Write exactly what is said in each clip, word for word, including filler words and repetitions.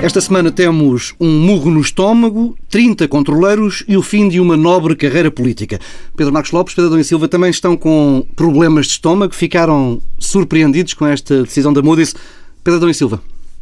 Esta semana temos um murro no estômago, trinta controleiros e o fim de uma nobre carreira política. Pedro Marcos Lopes, Pedro Adão e Silva também estão com problemas de estômago, ficaram surpreendidos com esta decisão da Moody's. Pedro Adão e Silva.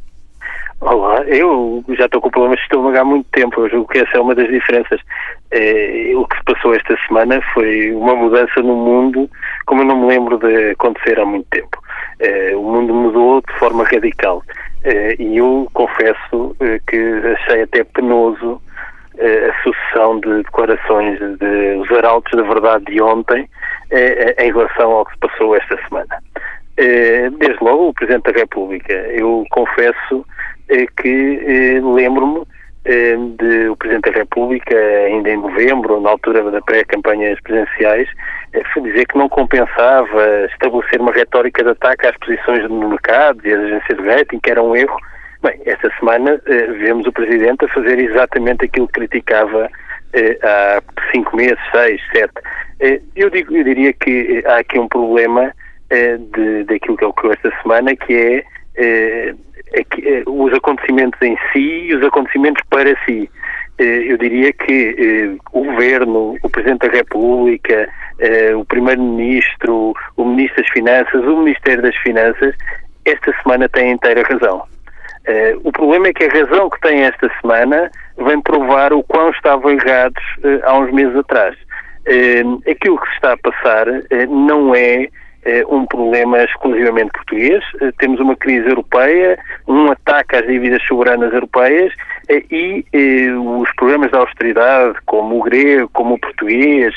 Olá, eu já estou com problemas de estômago há muito tempo. Eu julgo que essa é uma das diferenças. É, o que se passou esta semana foi uma mudança no mundo como eu não me lembro de acontecer há muito tempo. É, o mundo mudou de forma radical. É, e eu confesso é, que achei até penoso é, a sucessão de declarações de os arautos da verdade de ontem é, é, em relação ao que se passou esta semana. É, desde logo o Presidente da República. Eu confesso é, que é, lembro-me é, de o Presidente da República, ainda em novembro, na altura da pré-campanhas presidenciais, é, dizer que não compensava estabelecer uma retórica de ataque às posições no mercado e às agências de rating, que era um erro. Bem, esta semana é, vemos o Presidente a fazer exatamente aquilo que criticava é, há cinco meses, seis, sete. É, eu, digo, eu diria que há aqui um problema é, de, daquilo que ocorreu esta semana, que é, é, é, que, é os acontecimentos em si e os acontecimentos para si. Eu diria que o Governo, o Presidente da República, o Primeiro-Ministro, o Ministro das Finanças, o Ministério das Finanças, esta semana têm inteira razão. O problema é que a razão que têm esta semana vem provar o quão estavam errados há uns meses atrás. Aquilo que se está a passar não é um problema exclusivamente português. Temos uma crise europeia, um ataque às dívidas soberanas europeias e os programas de austeridade, como o grego, como o português,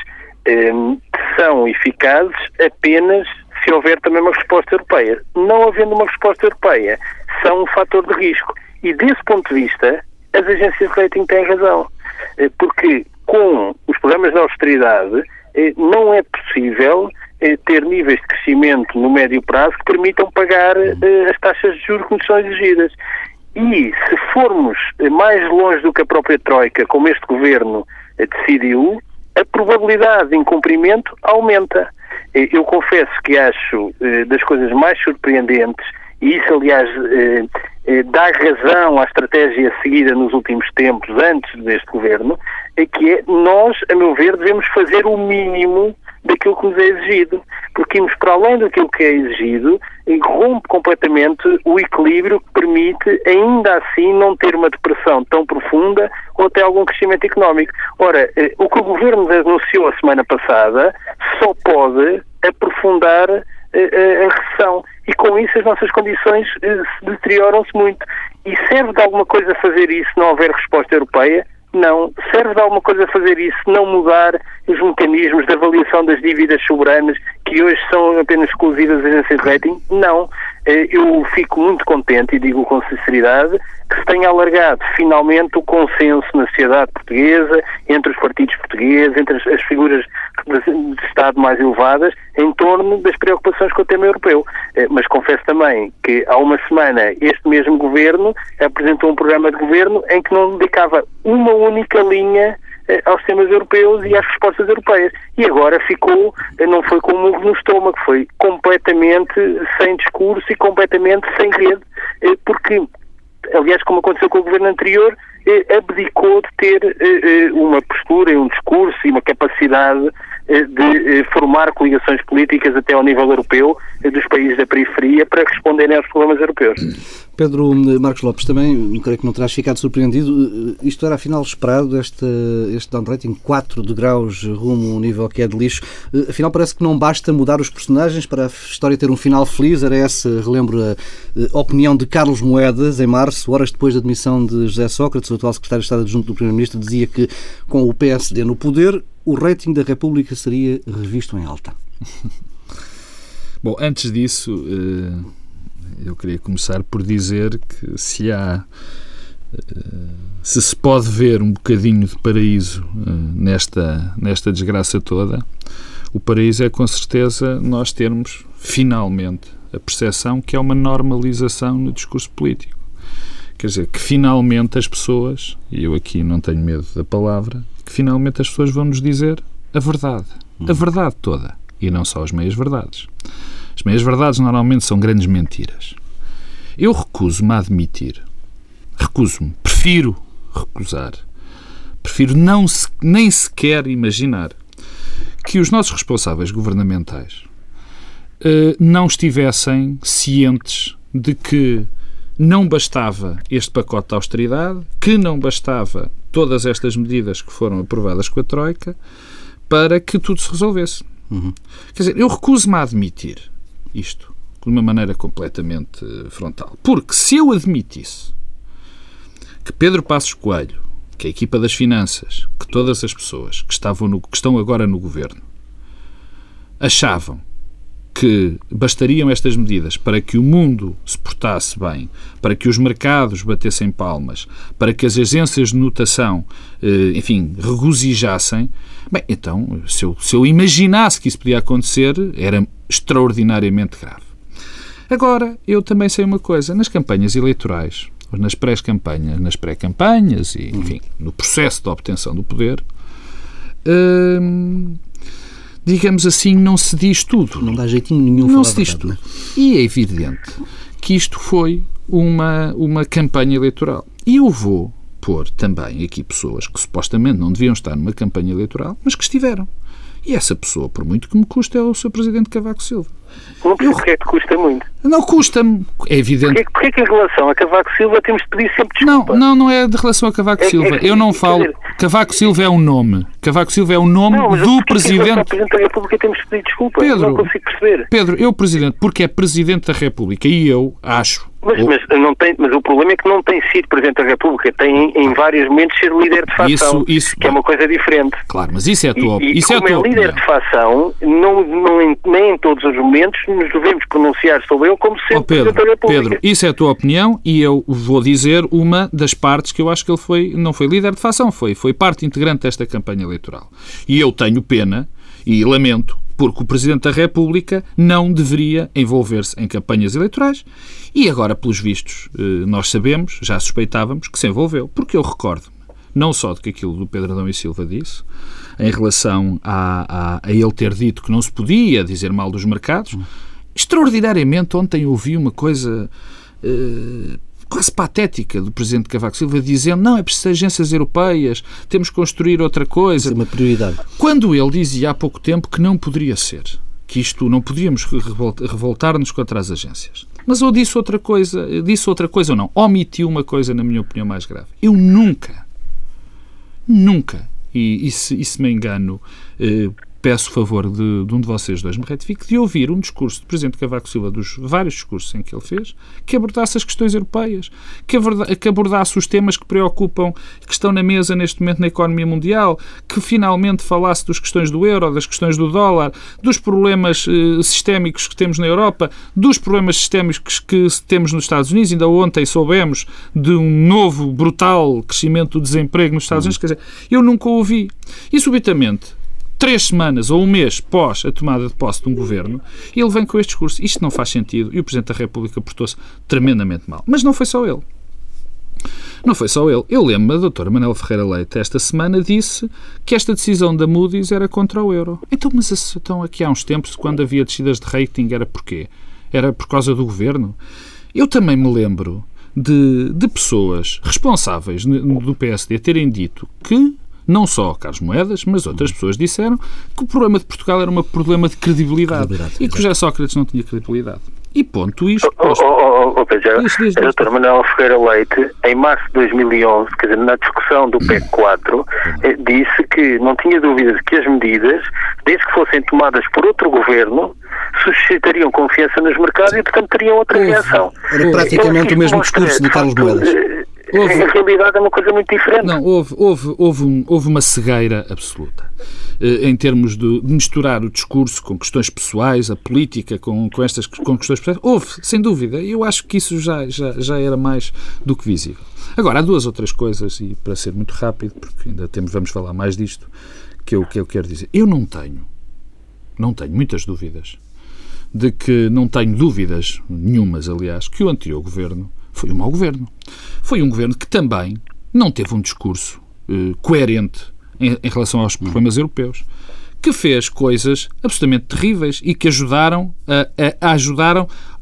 são eficazes apenas se houver também uma resposta europeia. Não havendo uma resposta europeia, são um fator de risco. E desse ponto de vista, as agências de rating têm razão. Porque com os programas de austeridade não é possível ter níveis de crescimento no médio prazo que permitam pagar uh, as taxas de juros que nos são exigidas. E se formos mais longe do que a própria Troika, como este Governo uh, decidiu, a probabilidade de incumprimento aumenta. Uh, eu confesso que acho uh, das coisas mais surpreendentes, e isso, aliás, uh, uh, dá razão à estratégia seguida nos últimos tempos, antes deste Governo, é que é, nós, a meu ver, devemos fazer o mínimo daquilo que nos é exigido, porque irmos para além daquilo que é exigido e rompe completamente o equilíbrio que permite, ainda assim, não ter uma depressão tão profunda ou até algum crescimento económico. Ora, o que o Governo anunciou a semana passada só pode aprofundar a, a, a recessão e com isso as nossas condições se deterioram-se muito. E serve de alguma coisa fazer isso se não houver resposta europeia? Não. Serve de alguma coisa fazer isso, não mudar os mecanismos de avaliação das dívidas soberanas que hoje são apenas exclusivas das agências de rating? Não. Eu fico muito contente, e digo com sinceridade, que se tenha alargado finalmente o consenso na sociedade portuguesa, entre os partidos portugueses, entre as, as figuras de Estado mais elevadas, em torno das preocupações com o tema europeu. Mas confesso também que há uma semana este mesmo Governo apresentou um programa de Governo em que não dedicava uma única linha aos temas europeus e às respostas europeias. E agora ficou, não foi com um murro no estômago, foi completamente sem discurso e completamente sem rede, porque, aliás, como aconteceu com o governo anterior, abdicou de ter uma postura, um discurso e uma capacidade de formar coligações políticas até ao nível europeu dos países da periferia para responderem aos problemas europeus. Pedro Marcos Lopes, também, creio que não terás ficado surpreendido. Isto era, afinal, esperado, este, este downrating, quatro degraus rumo a um nível que é de lixo. Afinal, parece que não basta mudar os personagens para a história ter um final feliz. Era essa, relembro, a opinião de Carlos Moedas, em março, horas depois da demissão de José Sócrates, o atual secretário de Estado adjunto do Primeiro-Ministro, dizia que, com o P S D no poder, o rating da República seria revisto em alta. Bom, antes disso, eu queria começar por dizer que se há, se se pode ver um bocadinho de paraíso nesta, nesta desgraça toda, o paraíso é com certeza nós termos finalmente a percepção que é uma normalização no discurso político. Quer dizer, que finalmente as pessoas, e eu aqui não tenho medo da palavra, que finalmente as pessoas vão nos dizer a verdade. A verdade toda. E não só as meias-verdades. As meias-verdades normalmente são grandes mentiras. Eu recuso-me a admitir, recuso-me, prefiro recusar, prefiro não se, nem sequer imaginar que os nossos responsáveis governamentais uh, não estivessem cientes de que não bastava este pacote de austeridade, que não bastava todas estas medidas que foram aprovadas com a Troika para que tudo se resolvesse. Uhum. Quer dizer, eu recuso-me a admitir isto de uma maneira completamente frontal. Porque se eu admitisse que Pedro Passos Coelho, que a equipa das finanças, que todas as pessoas que, estavam no, que estão agora no governo achavam que bastariam estas medidas para que o mundo se portasse bem, para que os mercados batessem palmas, para que as agências de notação, enfim, regozijassem, bem, então, se eu, se eu imaginasse que isso podia acontecer, era extraordinariamente grave. Agora, eu também sei uma coisa, nas campanhas eleitorais, ou nas pré-campanhas, nas pré-campanhas e, enfim, no processo de obtenção do poder, hum, digamos assim, não se diz tudo. Não dá jeitinho nenhum não falar se diz verdade, tudo. Não é? E é evidente que isto foi uma, uma campanha eleitoral. E eu vou pôr também aqui pessoas que supostamente não deviam estar numa campanha eleitoral, mas que estiveram. E essa pessoa, por muito que me custe, é o seu Presidente Cavaco Silva. Não percebo porque é que custa muito. Não custa-me, é evidente. Porque, porque é que em relação a Cavaco Silva temos de pedir sempre desculpa? Não, não, não é de relação a Cavaco É- Silva. é que- Eu não quer falo... dizer- Cavaco Silva é um nome. Cavaco Silva é o nome Não, mas do porque é que em Presidente... relação ao Presidente da República temos de pedir desculpa? Pedro, Não consigo perceber. Pedro, eu Presidente, porque é Presidente da República e eu acho... Mas, ou- mas, não tem, mas o problema é que não tem sido Presidente da República. Tem em vários momentos ser líder de facção, Isso- isso- que é uma coisa diferente. Claro, mas isso é a tua, E, e isso é a como tua é líder opinião. de facção, não, não, em- nem em todos os momentos nos devemos pronunciar sobre ele como sendo Oh, Pedro, Presidente da República. Pedro, isso é a tua opinião e eu vou dizer uma das partes que eu acho que ele foi, não foi líder de facção, foi, foi parte integrante desta campanha eleitoral. E eu tenho pena e lamento porque o Presidente da República não deveria envolver-se em campanhas eleitorais e agora, pelos vistos, eh, nós sabemos, já suspeitávamos, que se envolveu. Porque eu recordo-me, não só de que aquilo do Pedro Adão e Silva disse, em relação a, a, a ele ter dito que não se podia dizer mal dos mercados, extraordinariamente ontem ouvi uma coisa eh, quase patética do Presidente Cavaco Silva dizendo não, é preciso agências europeias, temos que construir outra coisa. Isso é uma prioridade. Quando ele dizia há pouco tempo que não poderia ser, que isto não podíamos revolta- revoltar-nos contra as agências. Mas eu disse outra coisa, disse outra coisa ou não, omitiu uma coisa, na minha opinião, mais grave. Eu nunca, nunca, e, e, se, e se me engano, eh, peço o favor de, de um de vocês dois me retifique, de ouvir um discurso do Presidente Cavaco Silva, dos vários discursos em que ele fez, que abordasse as questões europeias, que, aborda, que abordasse os temas que preocupam, que estão na mesa neste momento na economia mundial, que finalmente falasse das questões do euro, das questões do dólar, dos problemas eh, sistémicos que temos na Europa, dos problemas sistémicos que temos nos Estados Unidos. Ainda ontem soubemos de um novo, brutal crescimento do desemprego nos Estados Unidos. Quer dizer, eu nunca o ouvi. E, subitamente, três semanas ou um mês pós a tomada de posse de um governo, ele vem com este discurso. Isto não faz sentido e o Presidente da República portou-se tremendamente mal. Mas não foi só ele. Não foi só ele. Eu lembro-me, a doutora Manuela Ferreira Leite, esta semana, disse que esta decisão da Moody's era contra o euro. Então, mas então, aqui há uns tempos, quando havia descidas de rating, era porquê? Era por causa do governo? Eu também me lembro de, de pessoas responsáveis do P S D terem dito que não só Carlos Moedas, mas outras pessoas disseram que o problema de Portugal era um problema de credibilidade, Credibilidade, e que o José Sócrates não tinha credibilidade. E ponto isto. Oh, oh, oh, oh, Pedro, Diz, diz, a diz. doutora Manuela Ferreira Leite, em março de dois mil e onze, quer dizer, na discussão do P E C quatro, eh, disse que não tinha dúvidas de que as medidas, desde que fossem tomadas por outro governo, suscitariam confiança nos mercados e, portanto, teriam outra Houve. reação. Era praticamente o mesmo discurso de Carlos Moedas. Houve. A realidade é uma coisa muito diferente. Não, houve, houve, houve, um, houve uma cegueira absoluta eh, em termos de, de misturar o discurso com questões pessoais, a política com, com estas com questões pessoais. Houve, sem dúvida. E eu acho que isso já, já, já era mais do que visível. Agora, há duas outras coisas, e para ser muito rápido, porque ainda temos, vamos falar mais disto, que eu, que eu quero dizer. Eu não tenho, não tenho muitas dúvidas, de que não tenho dúvidas nenhumas, aliás, que o anterior governo foi um mau governo. Foi um governo que também não teve um discurso eh, coerente em, em relação aos problemas europeus, que fez coisas absolutamente terríveis e que ajudaram a, a, a ajudaram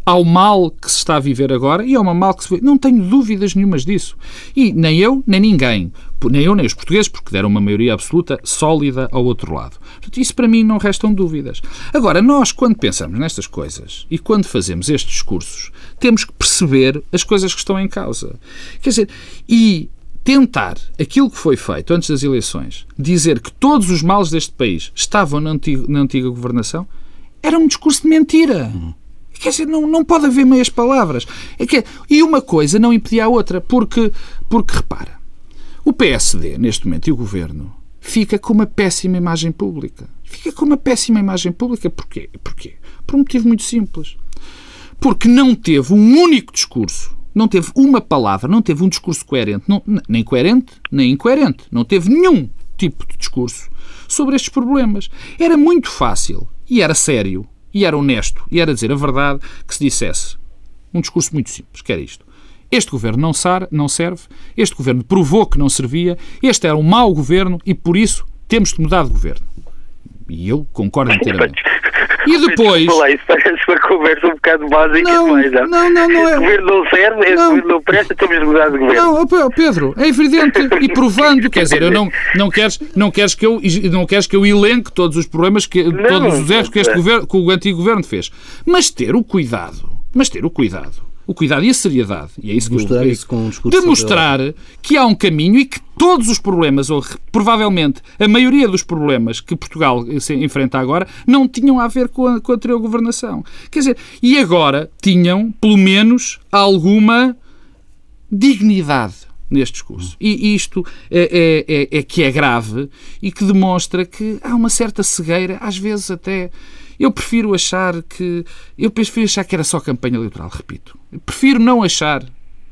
ao mal que se está a viver agora e ao mal que se vive. Não tenho dúvidas nenhumas disso. E nem eu, nem ninguém, nem eu, nem os portugueses, porque deram uma maioria absoluta sólida ao outro lado. Portanto, isso para mim não restam dúvidas. Agora, nós, quando pensamos nestas coisas e quando fazemos estes discursos, temos que perceber as coisas que estão em causa. Quer dizer, e tentar aquilo que foi feito antes das eleições, dizer que todos os males deste país estavam na antiga, na antiga governação, era um discurso de mentira. Uhum. Quer dizer, não, não pode haver meias palavras. É que, e uma coisa não impedia a outra, porque, porque repara, o P S D, neste momento, e o Governo, fica com uma péssima imagem pública. Fica com uma péssima imagem pública. Porquê? Porquê? Por um motivo muito simples. Porque não teve um único discurso, não teve uma palavra, não teve um discurso coerente, não, nem coerente, nem incoerente. Não teve nenhum tipo de discurso sobre estes problemas. Era muito fácil, e era sério, e era honesto, e era dizer a verdade, que se dissesse um discurso muito simples, que era isto. Este governo não, sar, não serve, este governo provou que não servia, este era um mau governo e, por isso, temos de mudar de governo. E eu concordo inteiramente. E depois... Isso parece uma conversa um bocado básica. Não, mas, não, não, não, não é... O governo não serve, este governo não presta, temos de mudar de governo. Não, Pedro, é evidente e provando, quer dizer, eu não, não, queres, não, queres que eu, não queres que eu elenque todos os problemas, que, não, todos os erros que, este governo, que o antigo governo fez. Mas ter o cuidado, mas ter o cuidado, o cuidado e a seriedade, e é isso que mostrar eu, isso com um discurso demonstrar que há um caminho e que todos os problemas, ou provavelmente a maioria dos problemas que Portugal se enfrenta agora, não tinham a ver com a, com a anterior governação. Quer dizer, e agora tinham, pelo menos, alguma dignidade neste discurso. E isto é, é, é, é que é grave e que demonstra que há uma certa cegueira, às vezes até... Eu prefiro achar que... Eu prefiro achar que era só campanha eleitoral, repito. Eu prefiro não achar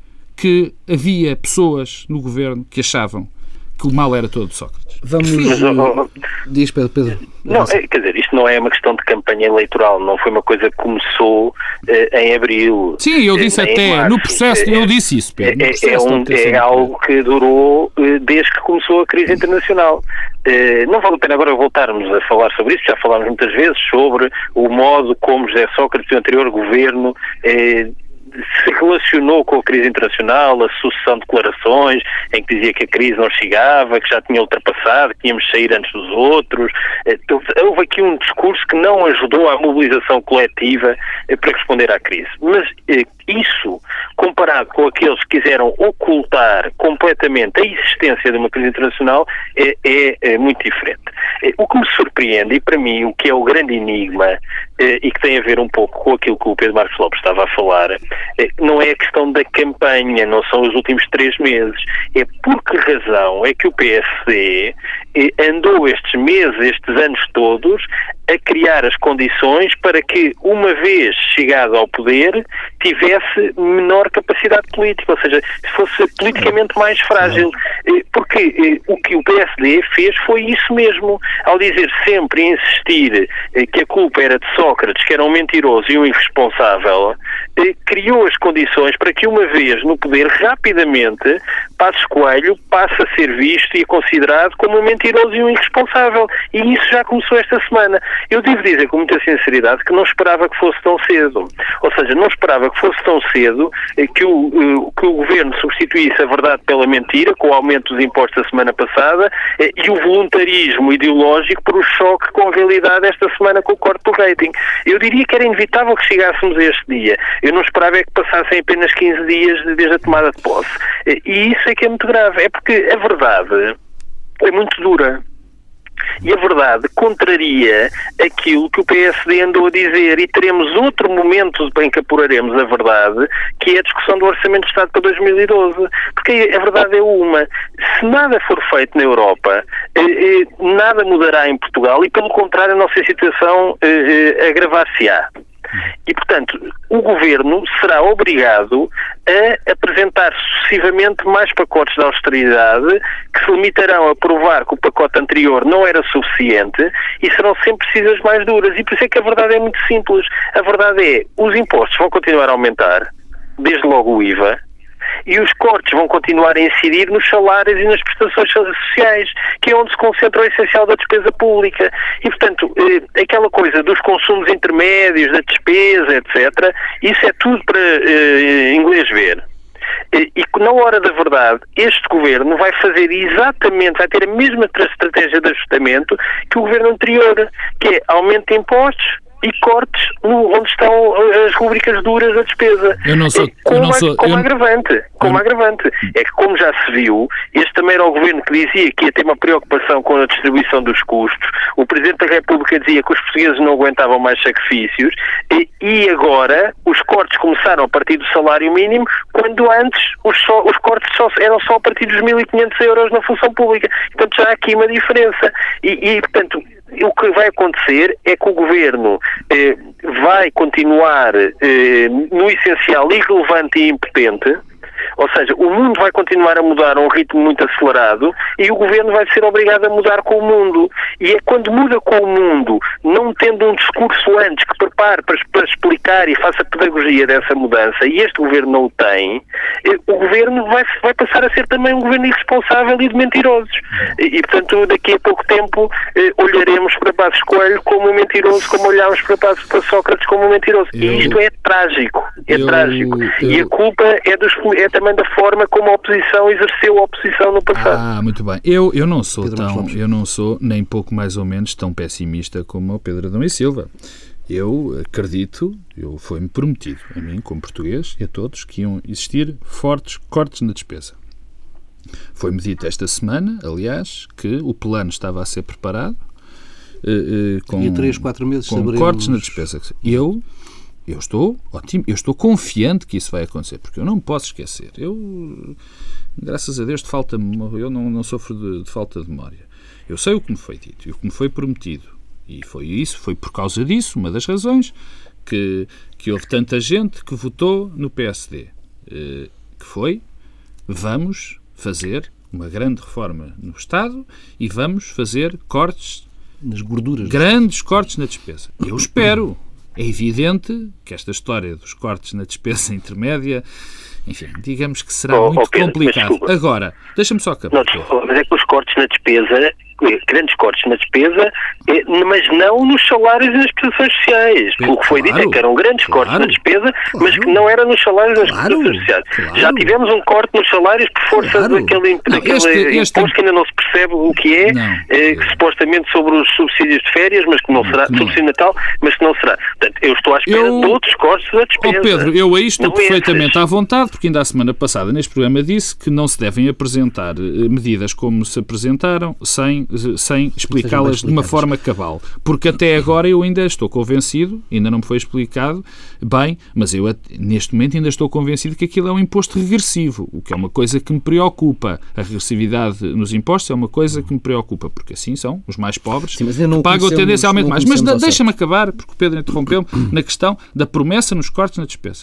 que havia pessoas no governo que achavam que o mal era todo de Sócrates. Vamos... Mas, oh, oh, Diz, Pedro, Pedro. Não, é, quer dizer, isto não é uma questão de campanha eleitoral, não foi uma coisa que começou uh, em abril. Sim, eu disse até, março. No processo, é, eu disse isso, Pedro. É, é, um, é algo que durou uh, desde que começou a crise internacional. Uh, não vale a pena agora voltarmos a falar sobre isso, já falámos muitas vezes sobre o modo como José Sócrates e o anterior governo uh, se relacionou com a crise internacional, a sucessão de declarações em que dizia que a crise não chegava, que já tinha ultrapassado, que íamos sair antes dos outros. Houve aqui um discurso que não ajudou à mobilização coletiva para responder à crise. Mas isso, comparado com aqueles que quiseram ocultar completamente a existência de uma crise internacional, é, é, é muito diferente. O que me surpreende, e para mim o que é o grande enigma, e que tem a ver um pouco com aquilo que o Pedro Marcos Lopes estava a falar, não é a questão da campanha, não são os últimos três meses. É por que razão é que o P S D andou estes meses, estes anos todos, a criar as condições para que, uma vez chegado ao poder, tivesse menor capacidade política, ou seja, fosse politicamente mais frágil. Porque o que o P S D fez foi isso mesmo, ao dizer sempre e insistir que a culpa era de Sócrates, que era um mentiroso e um irresponsável, criou as condições para que, uma vez no poder, rapidamente, Passos Coelho passe a ser visto e considerado como um mentiroso e um irresponsável. E isso já começou esta semana. Eu devo dizer com muita sinceridade que não esperava que fosse tão cedo. Ou seja, não esperava que fosse tão cedo que o, que o governo substituísse a verdade pela mentira, com o aumento dos impostos da semana passada, e o voluntarismo ideológico por o choque com a realidade esta semana com o corte do rating. Eu diria que era inevitável que chegássemos a este dia. Eu não esperava é que passassem apenas quinze dias desde a tomada de posse. E isso é que é muito grave. É porque a verdade é muito dura. E a verdade contraria aquilo que o P S D andou a dizer, e teremos outro momento em que apuraremos a verdade, que é a discussão do Orçamento de Estado para dois mil e doze. Porque a verdade é uma. Se nada for feito na Europa, eh, eh, nada mudará em Portugal e, pelo contrário, a nossa situação eh, eh, agravar-se-á. E, portanto, o Governo será obrigado a apresentar sucessivamente mais pacotes de austeridade que se limitarão a provar que o pacote anterior não era suficiente e serão sempre precisas mais duras. E por isso é que a verdade é muito simples. A verdade é, os impostos vão continuar a aumentar, desde logo o I V A, e os cortes vão continuar a incidir nos salários e nas prestações sociais, que é onde se concentra o essencial da despesa pública. E, portanto, eh, aquela coisa dos consumos intermédios, da despesa, etcétera, isso é tudo para eh, inglês ver. E que na hora da verdade este governo vai fazer exatamente, vai ter a mesma estratégia de ajustamento que o governo anterior, que é aumento de impostos e cortes no, onde estão as rubricas duras da despesa. Eu não sou... É, como eu não sou como eu... agravante. Como eu... agravante. É que, como já se viu, este também era o governo que dizia que ia ter uma preocupação com a distribuição dos custos. O Presidente da República dizia que os portugueses não aguentavam mais sacrifícios e, e agora os cortes começaram a partir do salário mínimo, quando antes os, só, os cortes só, eram só a partir dos mil e quinhentos euros na função pública. Portanto, já há aqui uma diferença. E, e portanto, o que vai acontecer é que o governo eh, vai continuar eh, no essencial irrelevante e impotente, ou seja, o mundo vai continuar a mudar a um ritmo muito acelerado e o governo vai ser obrigado a mudar com o mundo. E é quando muda com o mundo, não tendo um discurso antes que prepare para, para explicar e faça pedagogia dessa mudança, e este governo não o tem, o governo vai, vai passar a ser também um governo irresponsável e de mentirosos. E, e portanto, daqui a pouco tempo eh, olharemos para Passos Coelho como um mentiroso, como olhámos para, Passos, para Sócrates como um mentiroso. Eu, e isto é trágico. É eu, trágico. Eu, e a culpa é, dos, é também da forma como a oposição exerceu a oposição no passado. Ah, muito bem. Eu, eu não sou tão, eu não sou nem pouco mais ou menos tão pessimista como o Pedro Adão e Silva. Eu acredito, eu foi-me prometido, a mim, como português, e a todos, que iam existir fortes cortes na despesa. Foi-me dito esta semana, aliás, que o plano estava a ser preparado uh, uh, com, e em três, quatro meses com saberemos... cortes na despesa. Eu... Eu estou ótimo, eu estou confiante que isso vai acontecer, porque eu não me posso esquecer. Eu, graças a Deus, de falta, eu não, não sofro de, de falta de memória. Eu sei o que me foi dito e o que me foi prometido. E foi isso, foi por causa disso, uma das razões, que, que houve tanta gente que votou no P S D. Que foi, vamos fazer uma grande reforma no Estado e vamos fazer cortes, nas gorduras, grandes cortes na despesa. Eu espero. É evidente que esta história dos cortes na despesa intermédia, enfim, digamos que será oh, muito oh Pedro, complicado. Agora, deixa-me só acabar. Não, desculpa, mas é que os cortes na despesa, grandes cortes na despesa, mas não nos salários e nas prestações sociais. Claro, o que foi dito é que eram grandes claro, cortes na despesa, claro, mas que não eram nos salários e nas claro, prestações sociais. Claro. Já tivemos um corte nos salários por força claro. daquele, não, daquele este, este... imposto que ainda não se percebe o que é, não, é que, supostamente sobre os subsídios de férias, mas que não será, não. subsídio de Natal, mas que não será. Portanto, eu estou à espera eu... de outros cortes da despesa. Oh Pedro, eu aí estou não perfeitamente esses. à vontade, porque ainda a semana passada neste programa disse que não se devem apresentar medidas como se apresentaram sem, sem explicá-las de uma forma cabal. Porque até agora eu ainda estou convencido, ainda não me foi explicado bem, mas eu neste momento ainda estou convencido que aquilo é um imposto regressivo, o que é uma coisa que me preocupa. A regressividade nos impostos é uma coisa que me preocupa, porque assim são os mais pobres Sim, que pagam tendencialmente mais. Mas deixa-me acabar, porque o Pedro interrompeu-me, na questão da promessa nos cortes na despesa.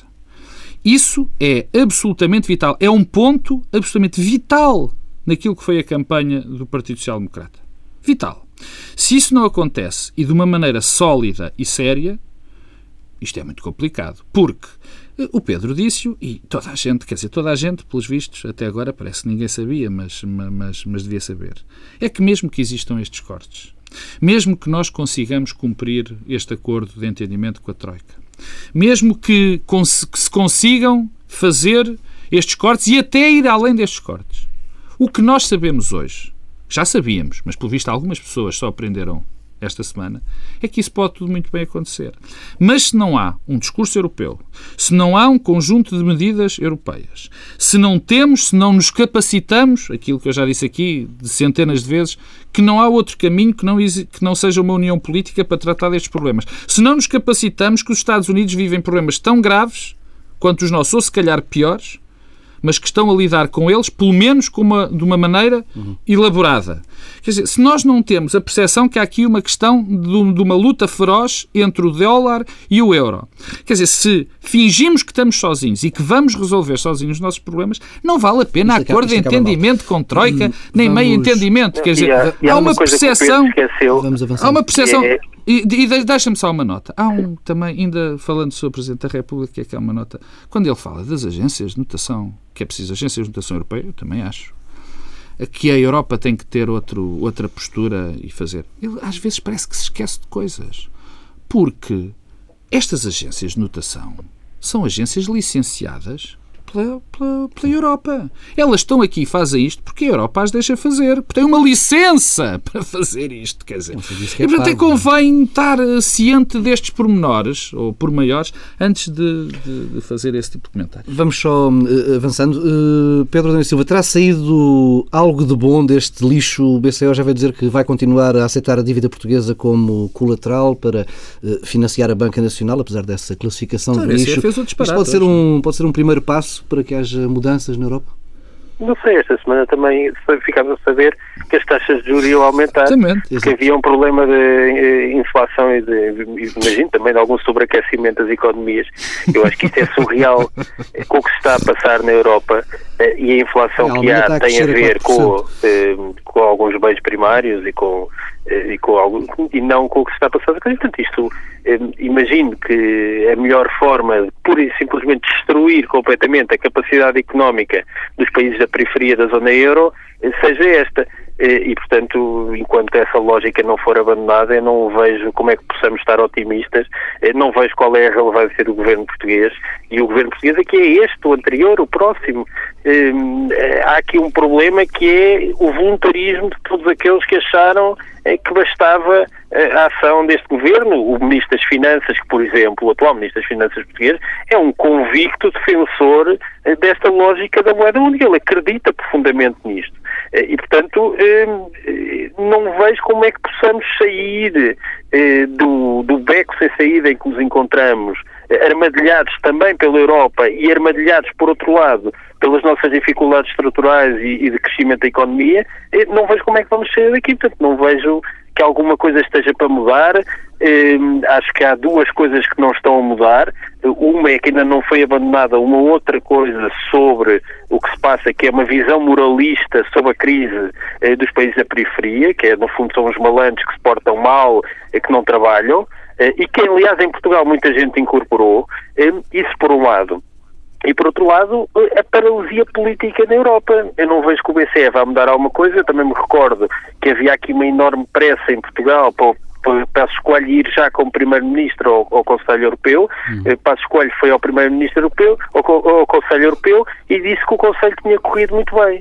Isso é absolutamente vital. É um ponto absolutamente vital naquilo que foi a campanha do Partido Social Democrata. Vital. Se isso não acontece e de uma maneira sólida e séria, isto é muito complicado. Porque o Pedro disse-o e toda a gente, quer dizer, toda a gente, pelos vistos, até agora parece que ninguém sabia, mas, mas, mas devia saber. É que mesmo que existam estes cortes, mesmo que nós consigamos cumprir este acordo de entendimento com a Troika, mesmo que, que se consigam fazer estes cortes e até ir além destes cortes, o que nós sabemos hoje, já sabíamos, mas pelo visto algumas pessoas só aprenderam esta semana, é que isso pode tudo muito bem acontecer. Mas se não há um discurso europeu, se não há um conjunto de medidas europeias, se não temos, se não nos capacitamos, aquilo que eu já disse aqui de centenas de vezes, que não há outro caminho que não, que não seja uma união política para tratar destes problemas. Se não nos capacitamos, que os Estados Unidos vivem problemas tão graves quanto os nossos, ou se calhar piores, mas que estão a lidar com eles, pelo menos com uma, de uma maneira uhum. elaborada. Quer dizer, se nós não temos a percepção que há aqui uma questão de, de uma luta feroz entre o dólar e o euro, quer dizer, se fingimos que estamos sozinhos e que vamos resolver sozinhos os nossos problemas, não vale a pena isto acordo de entendimento com Troika, hum, nem vamos... meio entendimento. Quer dizer, e há, e há, há uma, uma percepção... Há uma percepção... É, E, e deixa-me só uma nota. Há um também, ainda falando sobre o Presidente da República, que é uma nota, quando ele fala das agências de notação, que é preciso agências de notação europeia, eu também acho, que a Europa tem que ter outro, outra postura e fazer. Ele às vezes parece que se esquece de coisas. Porque estas agências de notação são agências licenciadas Pela, pela, pela Europa. Elas estão aqui e fazem isto porque a Europa as deixa fazer. Porque tem uma licença para fazer isto. Quer dizer, que é e portanto é convém estar ciente destes pormenores, ou pormaiores, antes de, de, de fazer esse tipo de comentário. Vamos só uh, avançando. Uh, Pedro Adão Silva, terá saído algo de bom deste lixo? O B C E já vai dizer que vai continuar a aceitar a dívida portuguesa como colateral para uh, financiar a Banca Nacional, apesar dessa classificação então, de lixo. Fez o disparate, pode ser, um, pode ser um primeiro passo para que haja mudanças na Europa? Não sei, esta semana também ficámos a saber que as taxas de juros iam aumentar, Exatamente. porque havia um problema de eh, inflação e, de, imagino, também de algum sobreaquecimento das economias. Eu acho que isto é surreal com o que se está a passar na Europa eh, e a inflação é, que há a tem a ver com, eh, com alguns bens primários e com e, com algo, e não com o que se está a passar. Portanto, isto, eh, imagino que a melhor forma de pura e simplesmente destruir completamente a capacidade económica dos países da periferia da zona euro eh, seja esta. Eh, e, portanto, enquanto essa lógica não for abandonada, eu não vejo como é que possamos estar otimistas, eh, não vejo qual é a relevância do governo português, e o governo português aqui é este, o anterior, o próximo. Eh, há aqui um problema que é o voluntarismo de todos aqueles que acharam que bastava a ação deste governo. O Ministro das Finanças, que, por exemplo, o atual Ministro das Finanças português, é um convicto defensor desta lógica da moeda única. Ele acredita profundamente nisto. E, portanto, não vejo como é que possamos sair do, do beco sem saída em que nos encontramos, armadilhados também pela Europa e armadilhados, por outro lado, pelas nossas dificuldades estruturais e, e de crescimento da economia. Não vejo como é que vamos sair daqui. Portanto, não vejo que alguma coisa esteja para mudar. Eh, acho que há duas coisas que não estão a mudar. Uma é que ainda não foi abandonada uma outra coisa sobre o que se passa, que é uma visão moralista sobre a crise eh, dos países da periferia, que é, no fundo, são os malandros que se portam mal, eh, que não trabalham, eh, e que, aliás, em Portugal muita gente incorporou. Eh, isso por um lado. E, por outro lado, a paralisia política na Europa. Eu não vejo que o B C E vá mudar alguma coisa. Eu também me recordo que havia aqui uma enorme pressa em Portugal para, para Passos Coelho ir já como Primeiro-Ministro ao, ao Conselho Europeu. Hum. Passos Coelho foi ao Primeiro-Ministro Europeu, ao, ao Conselho Europeu, e disse que o Conselho tinha corrido muito bem.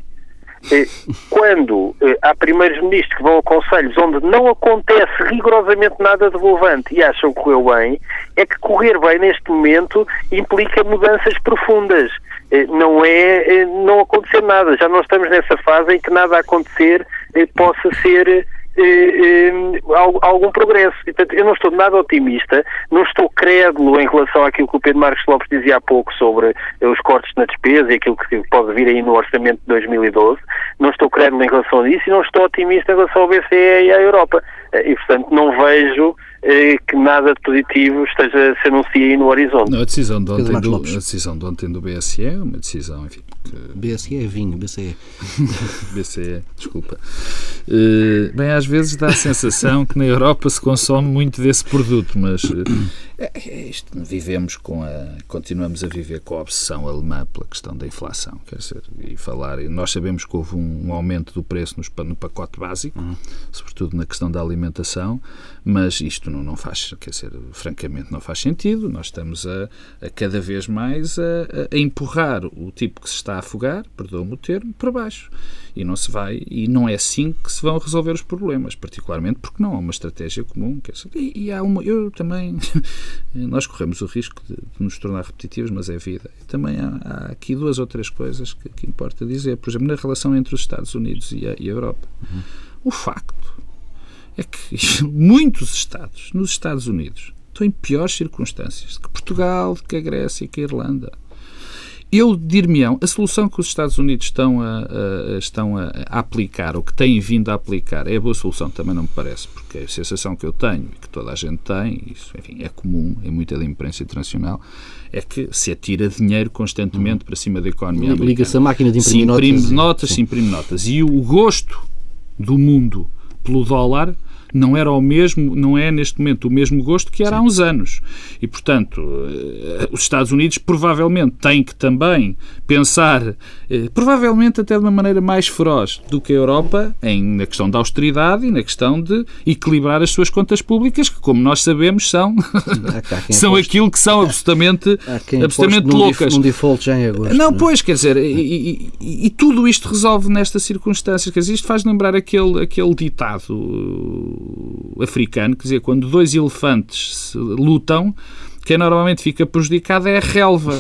Quando há primeiros-ministros que vão a conselhos onde não acontece rigorosamente nada de relevante e acham que correu bem, é que correr bem neste momento implica mudanças profundas. Não é não acontecer nada. Já não estamos nessa fase em que nada a acontecer possa ser Eh, eh, algum progresso. Portanto, eu não estou nada otimista, não estou crédulo em relação àquilo que o Pedro Marcos Lopes dizia há pouco sobre eh, os cortes na despesa e aquilo que pode vir aí no orçamento de dois mil e doze. Não estou crédulo em relação a isso e não estou otimista em relação ao B C E e à Europa. Eh, e, portanto, não vejo eh, que nada de positivo esteja se anuncia aí no horizonte. Não, a decisão de ontem do, a decisão de ontem do B S E é uma decisão, enfim... Que... B S E é vinho, B C E. B C E, desculpa. Uh, bem, às vezes dá a sensação que na Europa se consome muito desse produto, mas uh, é, é isto, vivemos com a, continuamos a viver com a obsessão alemã pela questão da inflação, quer dizer, e falar, e nós sabemos que houve um, um aumento do preço nos, no pacote básico, uhum. sobretudo na questão da alimentação, mas isto não, não faz, quer dizer, francamente não faz sentido. Nós estamos a, a cada vez mais a, a empurrar o tipo que se está a afogar, perdoa-me o termo, para baixo. E não se vai, e não é assim que se vão resolver os problemas, particularmente porque não há uma estratégia comum. Quer dizer, e, e há uma, eu também, nós corremos o risco de, de nos tornar repetitivos, mas é vida. E também há, há aqui duas ou três coisas que, que importa dizer. Por exemplo, na relação entre os Estados Unidos e a, e a Europa. Uhum. O facto é que muitos Estados, nos Estados Unidos, estão em piores circunstâncias que Portugal, que a Grécia e que a Irlanda. Eu dir-me-ão, a solução que os Estados Unidos estão a, a, estão a, a aplicar, ou que têm vindo a aplicar, é a boa solução, também não me parece, porque a sensação que eu tenho, e que toda a gente tem, isso, enfim, é comum em muita da imprensa internacional, é que se atira dinheiro constantemente uhum. para cima da economia americana. Liga-se a máquina de imprimir notas. Se imprime notas, notas, se imprime notas. E o gosto do mundo pelo dólar não era o mesmo, não é neste momento o mesmo gosto que era Sim. há uns anos. E, portanto, os Estados Unidos provavelmente têm que também pensar, provavelmente até de uma maneira mais feroz do que a Europa, em, na questão da austeridade e na questão de equilibrar as suas contas públicas, que, como nós sabemos, são, são aquilo que são absolutamente, absolutamente num loucas. Num default já em agosto, não, não, pois, quer dizer, e, e, e tudo isto resolve nestas circunstâncias. Quer dizer, isto faz lembrar aquele, aquele ditado africano, quer dizer, quando dois elefantes lutam, quem normalmente fica prejudicado é a relva.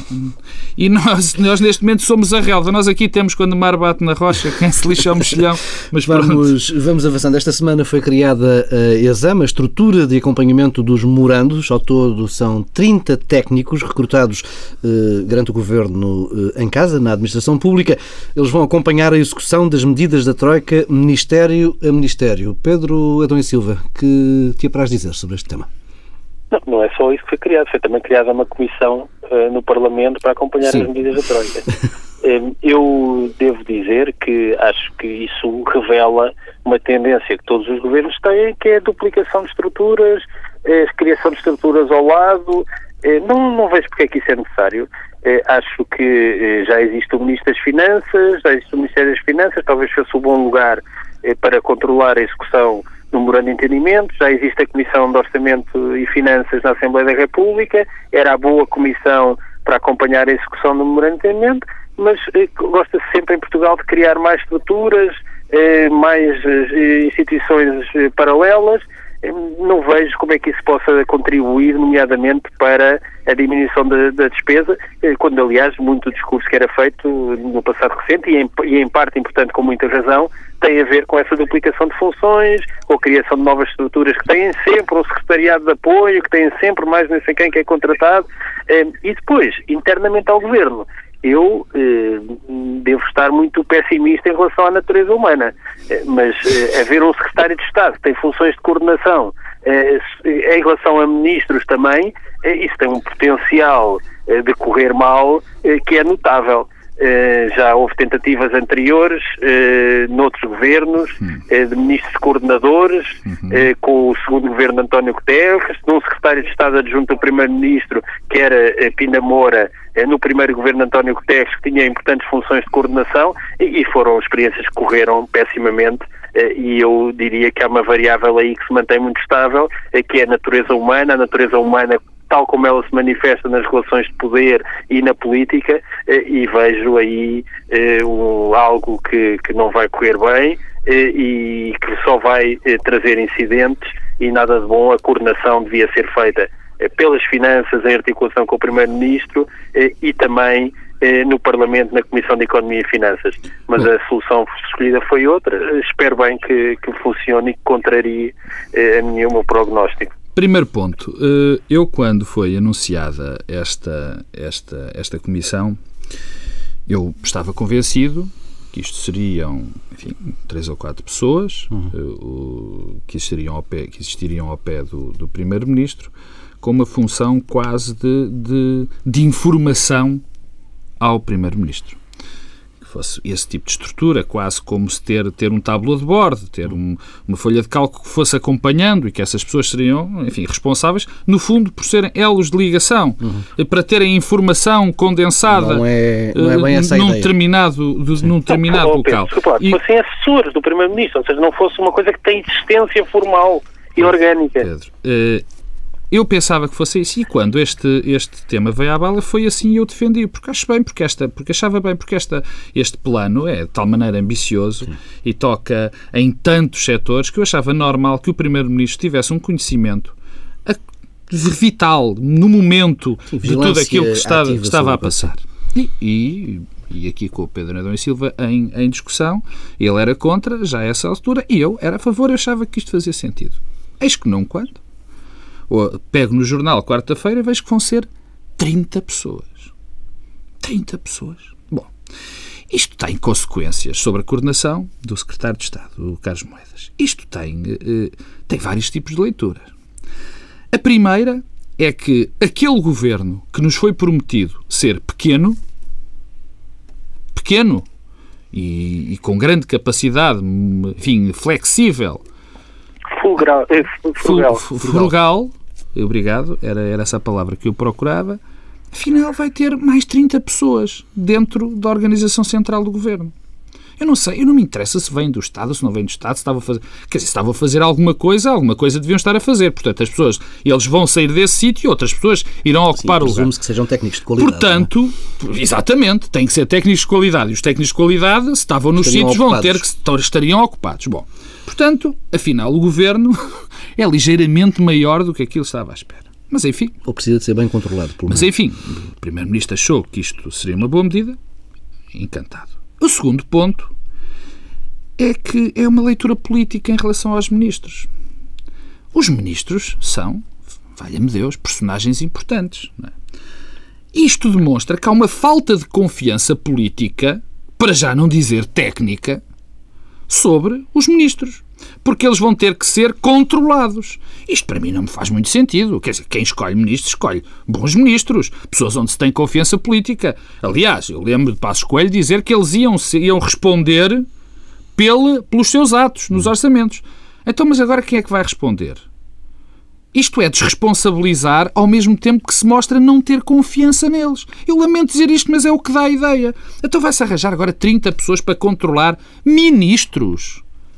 E nós, nós neste momento somos a relva. Nós aqui temos, quando o mar bate na rocha, quem se lixa é o mexilhão. Mas vamos, vamos avançando. Esta semana foi criada a ESAM, a estrutura de acompanhamento dos morandos. Ao todo são trinta técnicos recrutados eh, durante o Governo eh, em casa, na administração pública. Eles vão acompanhar a execução das medidas da Troika, Ministério a Ministério. Pedro Adão e Silva, que te apraz dizer sobre este tema? Não, não é só isso que foi criado, foi também criada uma comissão uh, no Parlamento para acompanhar Sim. as medidas da Troika. um, eu devo dizer que acho que isso revela uma tendência que todos os governos têm, que é a duplicação de estruturas, a criação de estruturas ao lado. Uh, não, não vejo porque é que isso é necessário. Uh, acho que uh, já existe o Ministro das Finanças, já existe o Ministério das Finanças, talvez fosse um bom lugar uh, para controlar a execução no memorando de entendimento, já existe a Comissão de Orçamento e Finanças na Assembleia da República, era a boa comissão para acompanhar a execução do memorando de entendimento, mas eh, gosta-se sempre em Portugal de criar mais estruturas, eh, mais eh, instituições eh, paralelas. Eh, não vejo como é que isso possa contribuir, nomeadamente, para a diminuição da, da despesa, eh, quando, aliás, muito do discurso que era feito no passado recente, e em, e em parte, importante, com muita razão, tem a ver com essa duplicação de funções, com a criação de novas estruturas que têm sempre um secretariado de apoio, que têm sempre mais não sei quem que é contratado. E depois, internamente ao Governo, eu eh, devo estar muito pessimista em relação à natureza humana, mas eh, haver um secretário de Estado que tem funções de coordenação eh, em relação a ministros também, eh, isso tem um potencial eh, de correr mal eh, que é notável. Uh, já houve tentativas anteriores uh, noutros governos uh, de ministros coordenadores, uhum. uh, com o segundo governo de António Guterres, de um secretário de Estado adjunto do primeiro-ministro que era uh, Pina Moura, uh, no primeiro governo de António Guterres, que tinha importantes funções de coordenação, e, e foram experiências que correram pessimamente. Uh, e eu diria que há uma variável aí que se mantém muito estável, uh, que é a natureza humana. A natureza humana, tal como ela se manifesta nas relações de poder e na política, e vejo aí um, algo que, que não vai correr bem e que só vai trazer incidentes e nada de bom. A coordenação devia ser feita pelas finanças, em articulação com o Primeiro-Ministro, e também no Parlamento, na Comissão de Economia e Finanças. Mas a solução escolhida foi outra. Espero bem que, que funcione e que contrarie a minha, o meu prognóstico. Primeiro ponto, eu quando foi anunciada esta, esta, esta comissão, eu estava convencido que isto seriam, enfim, três ou quatro pessoas uhum. que, existiriam ao pé, que existiriam ao pé do, do Primeiro-Ministro, com uma função quase de, de, de informação ao Primeiro-Ministro. Fosse esse tipo de estrutura, quase como se ter, ter um tableau de bordo, ter um, uma folha de cálculo que fosse acompanhando e que essas pessoas seriam, enfim, responsáveis, no fundo, por serem elos de ligação, uhum. para terem informação condensada não é, não é bem essa num ideia. determinado, de, num determinado não, local. Desculpa, e fossem assessores do Primeiro-Ministro, ou seja, não fosse uma coisa que tem existência formal e orgânica. Pedro, uh, eu pensava que fosse isso, e quando este, este tema veio à bala foi assim e eu defendi, porque acho bem, porque, esta, porque achava bem, porque esta, este plano é de tal maneira ambicioso Sim. e toca em tantos setores que eu achava normal que o Primeiro-Ministro tivesse um conhecimento vital no momento Sim, de tudo aquilo que estava, estava a passar. E, e, e aqui com o Pedro Adão e Silva em, em discussão, ele era contra, já a essa altura, e eu era a favor, eu achava que isto fazia sentido. Eis que não quando. Ou pego no jornal quarta-feira e vejo que vão ser trinta pessoas. trinta pessoas. Bom, isto tem consequências sobre a coordenação do secretário de Estado, o Carlos Moedas. Isto tem, eh, tem vários tipos de leituras. A primeira é que aquele governo que nos foi prometido ser pequeno, pequeno e, e com grande capacidade, enfim, flexível, Frugal. É, frugal. Frugal. Obrigado, era, era essa a palavra que eu procurava. Afinal, vai ter mais trinta pessoas dentro da organização central do Governo. Eu não sei, eu não me interessa se vem do Estado, se não vem do Estado, se estava a fazer... Quer dizer, se estava a fazer alguma coisa, alguma coisa deviam estar a fazer. Portanto, as pessoas, eles vão sair desse sítio e outras pessoas irão ocupar Sim, o lugar. Presume-se que sejam técnicos de qualidade. Portanto, é? exatamente, tem que ser técnicos de qualidade. E os técnicos de qualidade, se estavam nos estariam sítios, ocupados. vão ter que estariam ocupados. Bom, portanto, afinal, o Governo é ligeiramente maior do que aquilo que estava à espera. Mas, enfim... Ou precisa de ser bem controlado, pelo menos. Mas, enfim, o Primeiro-Ministro achou que isto seria uma boa medida. Encantado. O segundo ponto é que é uma leitura política em relação aos ministros. Os ministros são, valha-me Deus, personagens importantes. Não é? Isto demonstra que há uma falta de confiança política, para já não dizer técnica, sobre os ministros. Porque eles vão ter que ser controlados. Isto para mim não me faz muito sentido. Quer dizer, quem escolhe ministros, escolhe bons ministros, pessoas onde se tem confiança política. Aliás, eu lembro de Passos Coelho dizer que eles iam, iam responder pelo, pelos seus atos nos orçamentos. Então, mas agora quem é que vai responder? Isto é desresponsabilizar ao mesmo tempo que se mostra não ter confiança neles. Eu lamento dizer isto, mas é o que dá a ideia. Então vai-se arranjar agora trinta pessoas para controlar ministros.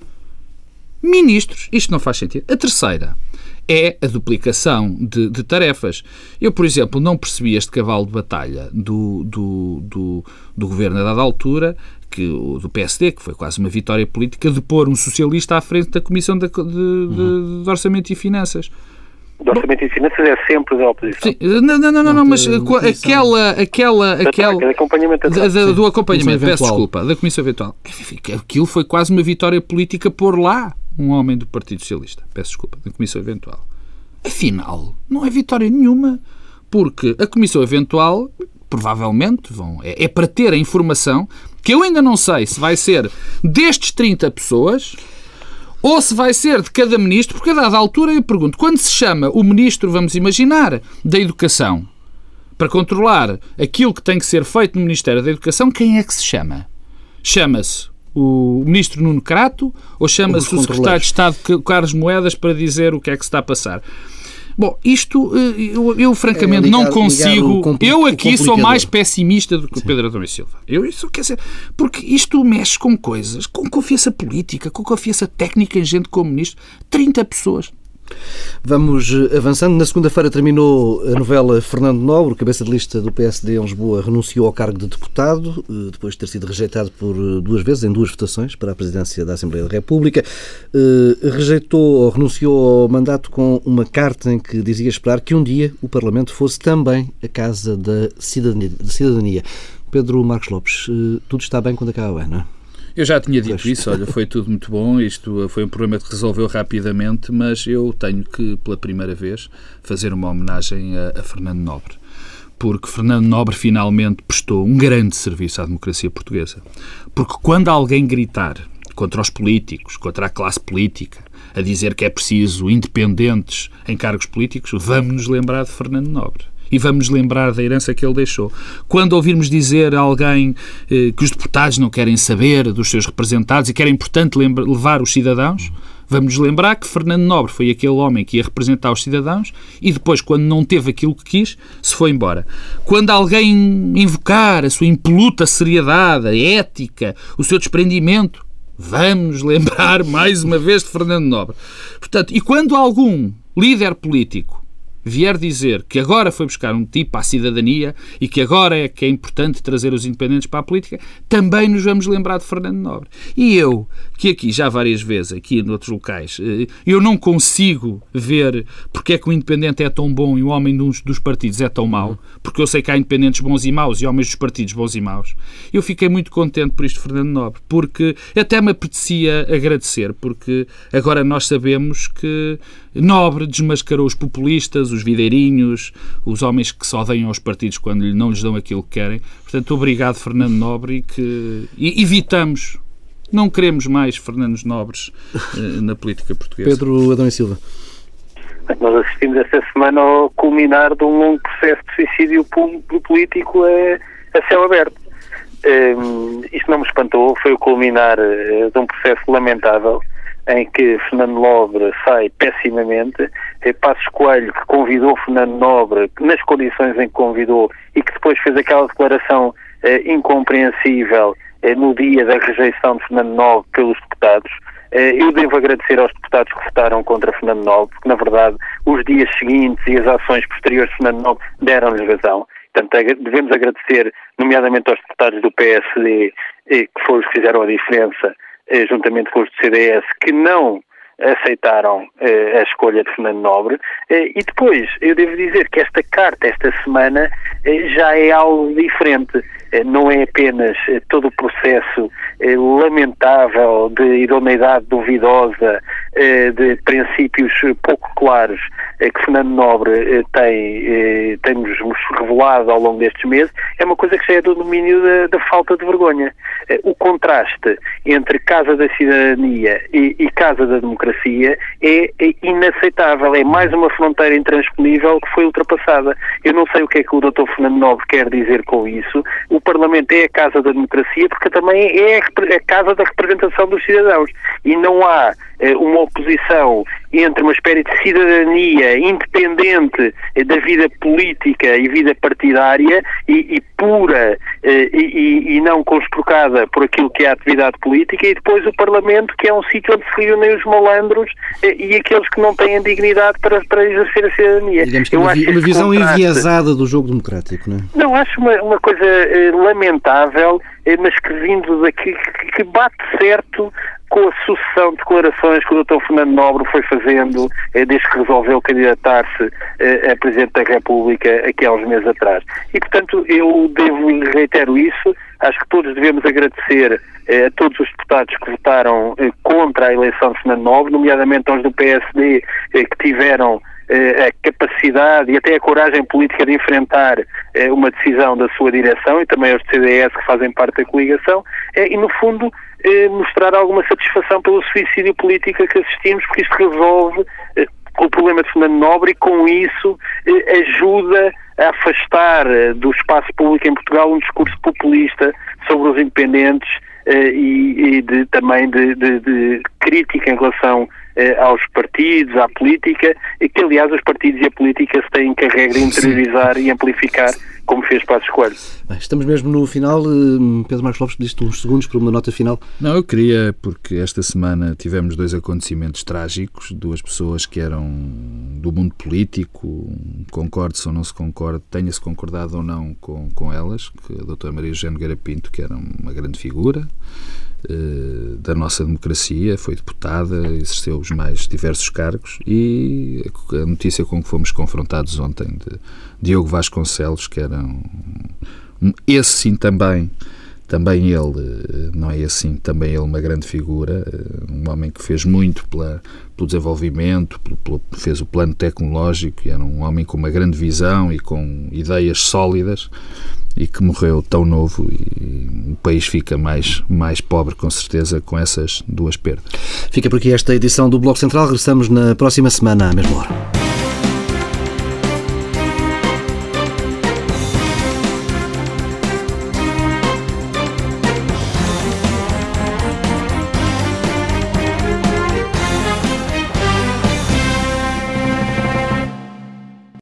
Ministros. Isto não faz sentido. A terceira é a duplicação de, de tarefas. Eu, por exemplo, não percebi este cavalo de batalha do, do, do, do governo a dada altura, que, do P S D, que foi quase uma vitória política, de pôr um socialista à frente da Comissão de, de, de, de Orçamento e Finanças. Do Orçamento e Finanças é sempre da oposição. Sim, não, não, não, não, não mas aquela... aquela, aquela da, acompanhamento da, da, do acompanhamento, peço eventual. desculpa, da Comissão Eventual. Aquilo foi quase uma vitória política pôr lá um homem do Partido Socialista. Peço desculpa, da Comissão Eventual. Afinal, não é vitória nenhuma, porque a Comissão Eventual, provavelmente, vão, é, é para ter a informação, que eu ainda não sei se vai ser destes trinta pessoas... ou se vai ser de cada ministro, porque a dada altura eu pergunto, quando se chama o ministro, vamos imaginar, da Educação, para controlar aquilo que tem que ser feito no Ministério da Educação, quem é que se chama? Chama-se o ministro Nuno Crato ou chama-se o secretário de Estado Carlos Moedas para dizer o que é que se está a passar? Bom, isto eu, eu francamente é ligar, não consigo... Eu aqui sou mais pessimista do que o Pedro Adão e Silva. Eu, isso quer dizer, porque isto mexe com coisas, com confiança política, com confiança técnica em gente como ministro. trinta pessoas. Vamos avançando. Na segunda-feira terminou a novela Fernando Nobre, cabeça de lista do P S D em Lisboa, renunciou ao cargo de deputado, depois de ter sido rejeitado por duas vezes, em duas votações, para a presidência da Assembleia da República. Rejeitou ou renunciou ao mandato com uma carta em que dizia esperar que um dia o Parlamento fosse também a Casa da Cidadania. Pedro Marcos Lopes, tudo está bem quando acaba bem, não é? Eu já tinha dito pois. isso, olha, foi tudo muito bom, isto foi um problema que resolveu rapidamente, mas eu tenho que, pela primeira vez, fazer uma homenagem a, a Fernando Nobre, porque Fernando Nobre finalmente prestou um grande serviço à democracia portuguesa. Porque quando alguém gritar contra os políticos, contra a classe política, a dizer que é preciso independentes em cargos políticos, vamos nos lembrar de Fernando Nobre. E vamos lembrar da herança que ele deixou. Quando ouvirmos dizer a alguém eh, que os deputados não querem saber dos seus representados e que era importante lembra, levar os cidadãos, vamos lembrar que Fernando Nobre foi aquele homem que ia representar os cidadãos e depois, quando não teve aquilo que quis, se foi embora. Quando alguém invocar a sua impoluta seriedade, a ética, o seu desprendimento, vamos lembrar mais uma vez de Fernando Nobre. Portanto, e quando algum líder político vier dizer que agora foi buscar um tipo à cidadania e que agora é que é importante trazer os independentes para a política, também nos vamos lembrar de Fernando Nobre. E eu, que aqui já várias vezes, aqui em outros locais, eu não consigo ver porque é que o independente é tão bom e o homem dos, dos partidos é tão mau, porque eu sei que há independentes bons e maus e homens dos partidos bons e maus. Eu fiquei muito contente por isto, Fernando Nobre, porque até me apetecia agradecer, porque agora nós sabemos que Nobre desmascarou os populistas, os videirinhos, os homens que só odeiam aos partidos quando não lhes dão aquilo que querem. Portanto, obrigado, Fernando Nobre, e que e evitamos, não queremos mais Fernandos Nobres eh, na política portuguesa. Pedro Adão e Silva. Nós assistimos esta semana ao culminar de um longo processo de suicídio político a, a céu aberto. Um, isto não me espantou, foi o culminar uh, de um processo lamentável, em que Fernando Nobre sai pessimamente, é Passos Coelho, que convidou Fernando Nobre nas condições em que convidou e que depois fez aquela declaração eh, incompreensível eh, no dia da rejeição de Fernando Nobre pelos deputados. Eh, eu devo agradecer aos deputados que votaram contra Fernando Nobre, porque na verdade os dias seguintes e as ações posteriores de Fernando Nobre deram-lhes razão. Portanto, devemos agradecer nomeadamente aos deputados do P S D, eh, que foram os que fizeram a diferença, eh, juntamente com os do C D S, que não aceitaram eh, a escolha de Fernando Nobre. Eh, e depois, eu devo dizer que esta carta, esta semana, eh, já é algo diferente. Eh, não é apenas eh, todo o processo eh, lamentável de idoneidade duvidosa, eh, de princípios pouco claros eh, que Fernando Nobre eh, tem, eh, tem-nos revelado ao longo destes meses. É uma coisa que já é do domínio da, da falta de vergonha. Eh, o contraste entre Casa da Cidadania e, e Casa da Democracia é, é inaceitável. É mais uma fronteira intransponível que foi ultrapassada. Eu não sei o que é que o doutor Fernando Nobre quer dizer com isso. O Parlamento é a Casa da Democracia porque também é a Casa da representação dos cidadãos. E não há eh, uma oposição entre uma espécie de cidadania independente eh, da vida política e vida partidária e, e pura eh, e, e não conspurcada por aquilo que é a atividade política, e depois o Parlamento, que é um sítio onde se reúnem os malandros eh, e aqueles que não têm dignidade para, para exercer a cidadania. Digamos que é uma, vi, uma visão contraste... enviesada do jogo democrático, não é? Não, acho uma, uma coisa eh, lamentável, eh, mas que vindo daqui, que, que bate certo com a sucessão de declarações que o doutor Fernando Nobre foi fazendo eh, desde que resolveu candidatar-se eh, a Presidente da República aqui há uns meses atrás. E, portanto, eu devo e reitero isso. Acho que todos devemos agradecer eh, a todos os deputados que votaram eh, contra a eleição de Fernando Nobre, nomeadamente aos do P S D, eh, que tiveram a capacidade e até a coragem política de enfrentar eh, uma decisão da sua direção, e também aos do C D S que fazem parte da coligação, eh, e no fundo eh, mostrar alguma satisfação pelo suicídio político a que assistimos, porque isto resolve eh, o problema de Fernando Nobre e com isso eh, ajuda a afastar eh, do espaço público em Portugal um discurso populista sobre os independentes eh, e, e de, também de, de, de crítica em relação aos partidos, à política, e que, aliás, os partidos e a política se têm encarregue de interiorizar e amplificar, como fez Passos Coelho. Bem, estamos mesmo no final. Pedro Marcos Lopes, pediste uns segundos para uma nota final. Não, eu queria, porque esta semana tivemos dois acontecimentos trágicos, duas pessoas que eram do mundo político, concorde-se ou não se concorde, tenha-se concordado ou não com, com elas, que a doutora Maria José Nogueira Pinto, que era uma grande figura eh, da nossa democracia, foi deputada, exerceu os mais diversos cargos, e a notícia com que fomos confrontados ontem de Diogo Vasconcelos, que era um, um, esse sim também, também ele, não é esse sim, também ele uma grande figura, um homem que fez muito pela, pelo desenvolvimento, pelo, pelo, fez o plano tecnológico, e era um homem com uma grande visão e com ideias sólidas, e que morreu tão novo, e o país fica mais, mais pobre, com certeza, com essas duas perdas. Fica por aqui esta edição do Bloco Central. Regressamos na próxima semana, à mesma hora.